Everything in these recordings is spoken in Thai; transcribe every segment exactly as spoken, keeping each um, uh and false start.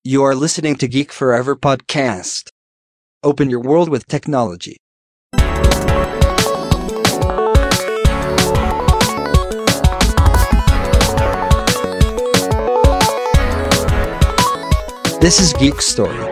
You are listening to Geek Forever Podcast. Open your world with technology. This is Geek Story.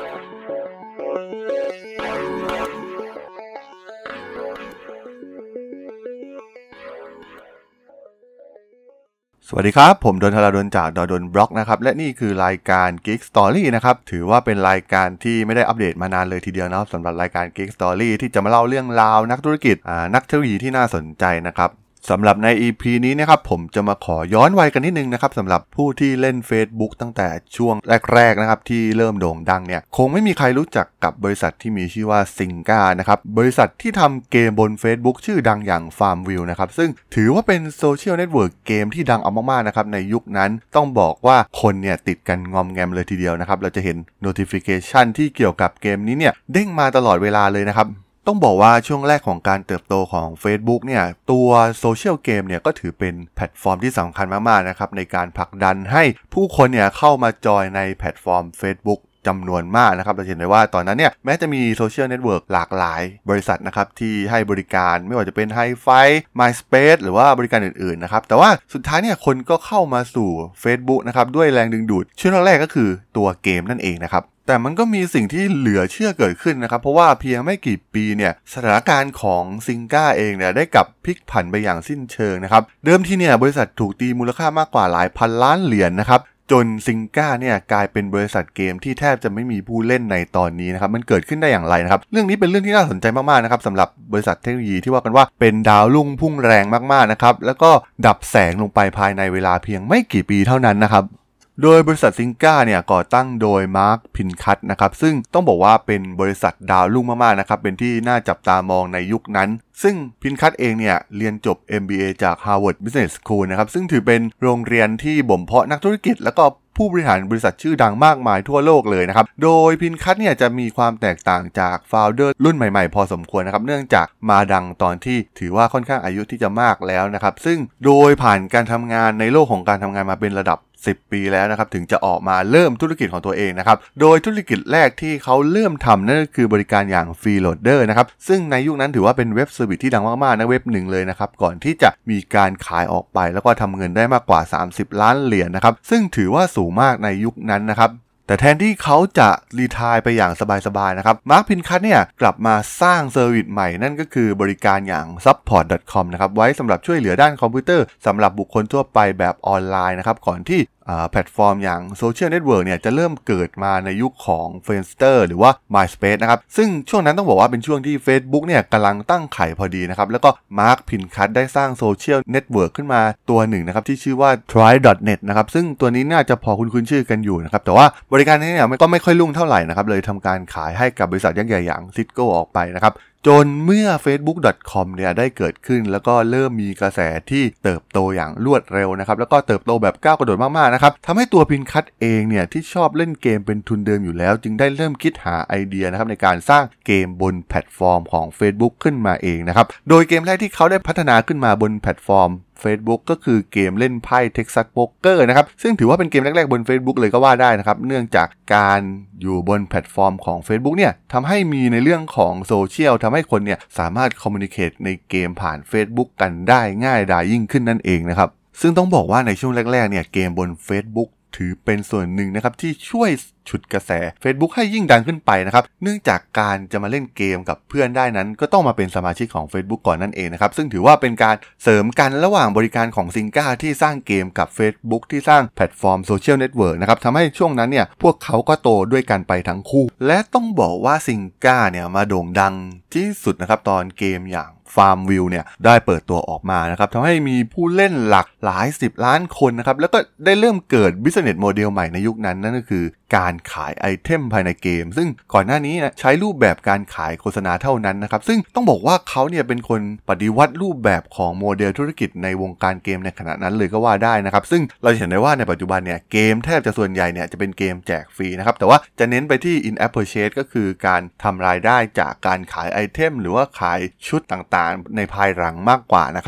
สวัสดีครับผมดนทราดลจากดนบล็อกนะครับและนี่คือรายการ Geek Story นะครับถือว่าเป็นรายการที่ไม่ได้อัปเดตมานานเลยทีเดียวนะครับสำหรับรายการ Geek Story ที่จะมาเล่าเรื่องราวนักธุรกิจอ่านักเทคโนโลยีที่น่าสนใจนะครับสำหรับใน อี พี นี้นะครับผมจะมาขอย้อนวัยกันนิดนึงนะครับสำหรับผู้ที่เล่น Facebook ตั้งแต่ช่วงแรกๆนะครับที่เริ่มโด่งดังเนี่ยคงไม่มีใครรู้จักกับบริษัทที่มีชื่อว่า Zynga นะครับบริษัทที่ทำเกมบน Facebook ชื่อดังอย่าง Farmville นะครับซึ่งถือว่าเป็นโซเชียลเน็ตเวิร์กเกมที่ดังเอามากๆนะครับในยุคนั้นต้องบอกว่าคนเนี่ยติดกันงอมแงมเลยทีเดียวนะครับเราจะเห็น notification ที่เกี่ยวกับเกมนี้เนี่ยเด้งมาตลอดเวลาเลยนะครับต้องบอกว่าช่วงแรกของการเติบโตของ Facebook เนี่ยตัวโซเชียลเกมเนี่ยก็ถือเป็นแพลตฟอร์มที่สำคัญมากๆนะครับในการผลักดันให้ผู้คนเนี่ยเข้ามาจอยในแพลตฟอร์ม Facebook จำนวนมากนะครับเราเห็นได้ว่าตอนนั้นเนี่ยแม้จะมีโซเชียลเน็ตเวิร์กหลากหลายบริษัทนะครับที่ให้บริการไม่ว่าจะเป็น Hi-Fi MySpace หรือว่าบริการอื่นๆนะครับแต่ว่าสุดท้ายเนี่ยคนก็เข้ามาสู่ Facebook นะครับด้วยแรงดึงดูดช่วงแรกก็คือตัวเกมนั่นเองนะครับแต่มันก็มีสิ่งที่เหลือเชื่อเกิดขึ้นนะครับเพราะว่าเพียงไม่กี่ปีเนี่ยสถานการณ์ของ Zynga เองเนี่ยได้กลับพลิกผันไปอย่างสิ้นเชิงนะครับเดิมทีเนี่ยบริษัทถูกตีมูลค่ามากกว่าหลายพันล้านเหรียญ น, นะครับจน Zynga เนี่ยกลายเป็นบริษัทเกมที่แทบจะไม่มีผู้เล่นในตอนนี้นะครับมันเกิดขึ้นได้อย่างไรนะครับเรื่องนี้เป็นเรื่องที่น่าสนใจมากๆนะครับสำหรับบริษัทเทคโนโลยีที่ว่ากันว่าเป็นดาวรุ่งพุ่งแรงมากๆนะครับแล้วก็ดับแสงลงไปภายในเวลาเพียงไม่กี่ปีเท่านั้นนะครับโดยบริษัท Zynga เนี่ยก่อตั้งโดยมาร์คพินคัตนะครับซึ่งต้องบอกว่าเป็นบริษัทดาวรุ่งมากๆนะครับเป็นที่น่าจับตามองในยุคนั้นซึ่งพินคัตเองเนี่ยเรียนจบ เอ็ม บี เอ จาก Harvard Business School นะครับซึ่งถือเป็นโรงเรียนที่บ่มเพาะนักธุรกิจแล้วก็ผู้บริหารบริษัทชื่อดังมากมายทั่วโลกเลยนะครับโดยพินคัตเนี่ยจะมีความแตกต่างจากโฟลเดอร์รุ่นใหม่ๆพอสมควรนะครับเนื่องจากมาดังตอนที่ถือว่าค่อนข้างอายุที่จะมากแล้วนะครับซึ่งโดยผ่านการทำงานในโลกของการทำงานมาเป็นระดับสิบปีแล้วนะครับถึงจะออกมาเริ่มธุรกิจของตัวเองนะครับโดยธุรกิจแรกที่เขาเริ่มทำนั่นก็คือบริการอย่าง Freeloader นะครับซึ่งในยุคนั้นถือว่าเป็นเว็บเซอร์วิสที่ดังมากๆนะเว็บหนึ่งเลยนะครับก่อนที่จะมีการขายออกไปแล้วก็ทำเงินได้มากกว่าสามสิบล้านเหรียญ นะครับซึ่งถือว่าสูงมากในยุคนั้นนะครับแต่แทนที่เขาจะรีไทร์ไปอย่างสบายๆนะครับมาร์คพินคัตเนี่ยกลับมาสร้างเซอร์วิสใหม่นั่นก็คือบริการอย่าง ซัพพอร์ต ดอท คอม นะครับไว้สำหรับช่วยเหลือด้านคอมพิวเตอร์สำหรับบุคคลทั่วไปแบบออนไลน์นะครับก่อนที่แพลตฟอร์มอย่างโซเชียลเน็ตเวิร์กเนี่ยจะเริ่มเกิดมาในยุคของ Friendster หรือว่า MySpace นะครับซึ่งช่วงนั้นต้องบอกว่าเป็นช่วงที่ Facebook เนี่ยกำลังตั้งไข่พอดีนะครับแล้วก็มาร์คพินคัตได้สร้างโซเชียลเน็ตเวิร์กขึ้นมาตัวหนึ่งนะครับที่ชื่อว่า ทราย ดอท เน็ต นะครับซึ่งตัวนี้น่าจะพอคุ้นๆชื่อกันอยู่นะครับแต่ว่าบริการนี้เนี่ยก็ไม่ค่อยรุ่งเท่าไหร่นะครับเลยทำการขายให้กับบริษัทยักษ์ใหญ่อย่าง Cisco ออกไปนะครับจนเมื่อ เฟซบุ๊ก ดอท คอม เนี่ยได้เกิดขึ้นแล้วก็เริ่มมีกระแสที่เติบโตอย่างรวดเร็วนะครับแล้วก็เติบโตแบบก้าวกระโดดมากๆนะครับทำให้ตัวพินคัตเองเนี่ยที่ชอบเล่นเกมเป็นทุนเดิมอยู่แล้วจึงได้เริ่มคิดหาไอเดียนะครับในการสร้างเกมบนแพลตฟอร์มของ Facebook ขึ้นมาเองนะครับโดยเกมแรกที่เขาได้พัฒนาขึ้นมาบนแพลตฟอร์มFacebook ก็คือเกมเล่นไพ่ Texas Poker นะครับซึ่งถือว่าเป็นเกมแรกๆบน Facebook เลยก็ว่าได้นะครับเนื่องจากการอยู่บนแพลตฟอร์มของ Facebook เนี่ยทำให้มีในเรื่องของโซเชียลทำให้คนเนี่ยสามารถคอมมูนิเคตในเกมผ่าน Facebook กันได้ง่ายดายยิ่งขึ้นนั่นเองนะครับซึ่งต้องบอกว่าในช่วงแรกๆเนี่ยเกมบน Facebook ถือเป็นส่วนหนึ่งนะครับที่ช่วยฉุดกระแส Facebook ให้ยิ่งดังขึ้นไปนะครับเนื่องจากการจะมาเล่นเกมกับเพื่อนได้นั้นก็ต้องมาเป็นสมาชิกของ Facebook ก่อนนั่นเองนะครับซึ่งถือว่าเป็นการเสริมกันระหว่างบริการของ Zynga ที่สร้างเกมกับ Facebook ที่สร้างแพลตฟอร์มโซเชียลเน็ตเวิร์กนะครับทำให้ช่วงนั้นเนี่ยพวกเขาก็โตด้วยกันไปทั้งคู่และต้องบอกว่า Zynga เนี่ยมาโด่งดังที่สุดนะครับตอนเกมอย่างFarmville เนี่ยได้เปิดตัวออกมานะครับทำให้มีผู้เล่นหลักหลายสิบล้านคนนะครับแล้วก็ได้เริ่มเกิด business model ใหม่ในยุคนั้นนั่นก็คือการขายไอเทมภายในเกมซึ่งก่อนหน้านี้นะใช้รูปแบบการขายโฆษณาเท่านั้นนะครับซึ่งต้องบอกว่าเขาเนี่ยเป็นคนปฏิวัติรูปแบบของโมเดลธุรกิจในวงการเกมในขณะนั้นเลยก็ว่าได้นะครับซึ่งเราเห็นได้ว่าในปัจจุบันเนี่ยเกมแทบจะส่วนใหญ่เนี่ยจะเป็นเกมแจกฟรีนะครับแต่ว่าจะเน้นไปที่ in-app purchase ก็คือการทำรายได้จากการขายไอเทมหรือว่าขายชุดต่างๆในภายหลังมากกว่านะครับ แ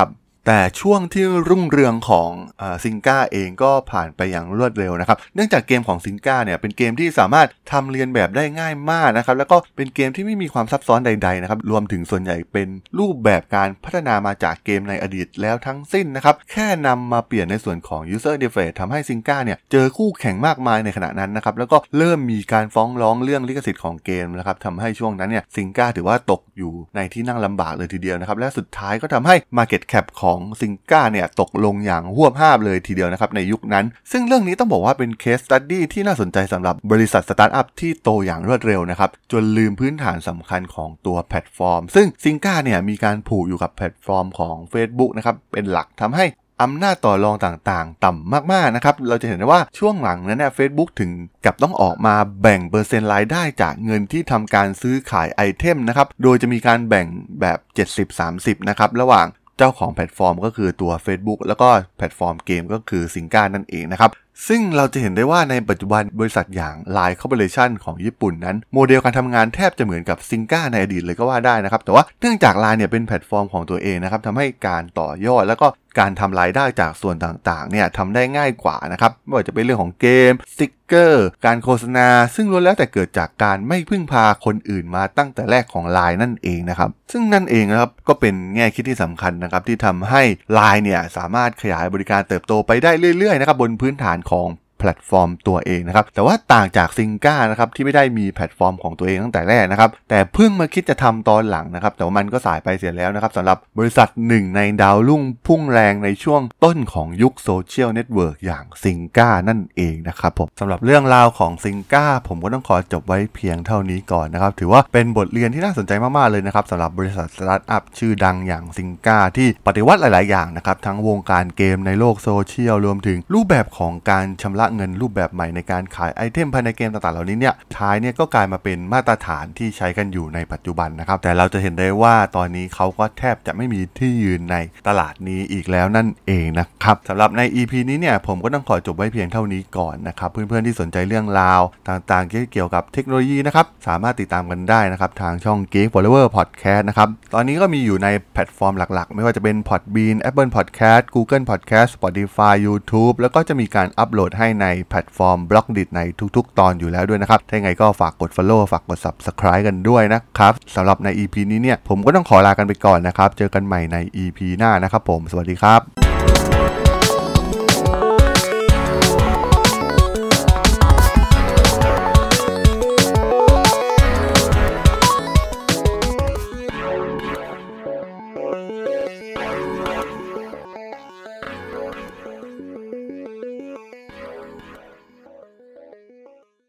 แต่ช่วงที่รุ่งเรืองของซิงก้าเองก็ผ่านไปอย่างรวดเร็วนะครับเนื่องจากเกมของซิงก้าเนี่ยเป็นเกมที่สามารถทำเรียนแบบได้ง่ายมากนะครับแล้วก็เป็นเกมที่ไม่มีความซับซ้อนใดๆนะครับรวมถึงส่วนใหญ่เป็นรูปแบบการพัฒนามาจากเกมในอดีตแล้วทั้งสิ้นนะครับแค่นำมาเปลี่ยนในส่วนของ user interface ทำให้ซิงก้าเนี่ยเจอคู่แข่งมากมายในขณะนั้นนะครับแล้วก็เริ่มมีการฟ้องร้องเรื่องลิขสิทธิ์ของเกมนะครับทำให้ช่วงนั้นเนี่ยซิงก้าถือว่าตกอยู่ในที่นั่งลำบากเลยทีเดียวนะครับและสุดท้ายก็ทำให้ market cap ของซิงก้าเนี่ยตกลงอย่างหวบหาบเลยทีเดียวนะครับในยุคนั้นซึ่งเรื่องนี้ต้องบอกว่าเป็น case study ที่น่าสนใจสำหรับบริษัทสตาร์ทอัพที่โตอย่างรวดเร็วนะครับจนลืมพื้นฐานสำคัญของตัวแพลตฟอร์มซึ่งซิงก้าเนี่ยมีการผูกอยู่กับแพลตฟอร์มของ Facebook นะครับเป็นหลักทำให้อำนาจต่อรองต่างๆต่ำมากๆนะครับเราจะเห็นได้ว่าช่วงหลังนั้นเนี่ย Facebook ถึงกับต้องออกมาแบ่งเปอร์เซ็นต์รายได้จากเงินที่ทำการซื้อขายไอเทมนะครับโดยจะมีการแบ่งแบบ เจ็ดสิบ สามสิบ นะครับระหว่างเจ้าของแพลตฟอร์มก็คือตัว Facebook แล้วก็แพลตฟอร์มเกมก็คือซิงก้านั่นเองนะครับซึ่งเราจะเห็นได้ว่าในปัจจุบันบริษัทอย่าง Line Corporation ของญี่ปุ่นนั้นโมเดลการทำงานแทบจะเหมือนกับซิงก้าในอดีตเลยก็ว่าได้นะครับแต่ว่าเนื่องจาก Line เนี่ยเป็นแพลตฟอร์มของตัวเองนะครับทำให้การต่อยอดแล้วก็การทำรายได้จากส่วนต่างๆเนี่ยทำได้ง่ายกว่านะครับไม่ว่าจะเป็นเรื่องของเกมสติ๊กเกอร์การโฆษณาซึ่งล้วนแล้วแต่เกิดจากการไม่พึ่งพาคนอื่นมาตั้งแต่แรกของ Line นั่นเองนะครับซึ่งนั่นเองนะครับก็เป็นแง่คิดที่สำคัญนะครับที่ทำให้ Line เนี่ยสามารถขยายบริการเติบโตไปได้เรื่อยๆนะครับบนพื้นฐานของแพลตฟอร์มตัวเองนะครับแต่ว่าต่างจากซิงก้านะครับที่ไม่ได้มีแพลตฟอร์มของตัวเองตั้งแต่แรกนะครับแต่เพิ่งมาคิดจะทำตอนหลังนะครับแต่ว่ามันก็สายไปเสียแล้วนะครับสำหรับบริษัทหนึ่งในดาวรุ่งพุ่งแรงในช่วงต้นของยุคโซเชียลเน็ตเวิร์กอย่างซิงก้านั่นเองนะครับผมสำหรับเรื่องราวของซิงก้าผมก็ต้องขอจบไว้เพียงเท่านี้ก่อนนะครับถือว่าเป็นบทเรียนที่น่าสนใจมากๆเลยนะครับสำหรับบริษัทสตาร์ทอัพชื่อดังอย่างซิงก้าที่ปฏิวัติหลายๆอย่างนะครับทั้งวงการเกมในโลกโซเชียลรวมถึงรูปแบบของการชำระเงินรูปแบบใหม่ในการขายไอเทมภายในเกมต่างๆเหล่านี้เนี่ยท้ายเนี่ยก็กลายมาเป็นมาตรฐานที่ใช้กันอยู่ในปัจจุบันนะครับแต่เราจะเห็นได้ว่าตอนนี้เขาก็แทบจะไม่มีที่ยืนในตลาดนี้อีกแล้วนั่นเองนะครับสำหรับใน อี พี นี้เนี่ยผมก็ต้องขอจบไว้เพียงเท่านี้ก่อนนะครับเพื่อนๆที่สนใจเรื่องราวต่างๆที่เกี่ยวกับเทคโนโลยีนะครับสามารถติดตามกันได้นะครับทางช่อง Geek Forever Podcast นะครับตอนนี้ก็มีอยู่ในแพลตฟอร์มหลักๆไม่ว่าจะเป็น Podbean Apple Podcast Google Podcast Spotify YouTube แล้วก็จะมีการอัปโหลดให้ในแพลตฟอร์ม Blockdit ในทุกๆตอนอยู่แล้วด้วยนะครับถ้าอย่างไรก็ฝากกด Follow ฝากกด Subscribe กันด้วยนะครับสำหรับใน อี พี นี้เนี่ยผมก็ต้องขอลากันไปก่อนนะครับเจอกันใหม่ใน อี พี หน้านะครับผมสวัสดีครับ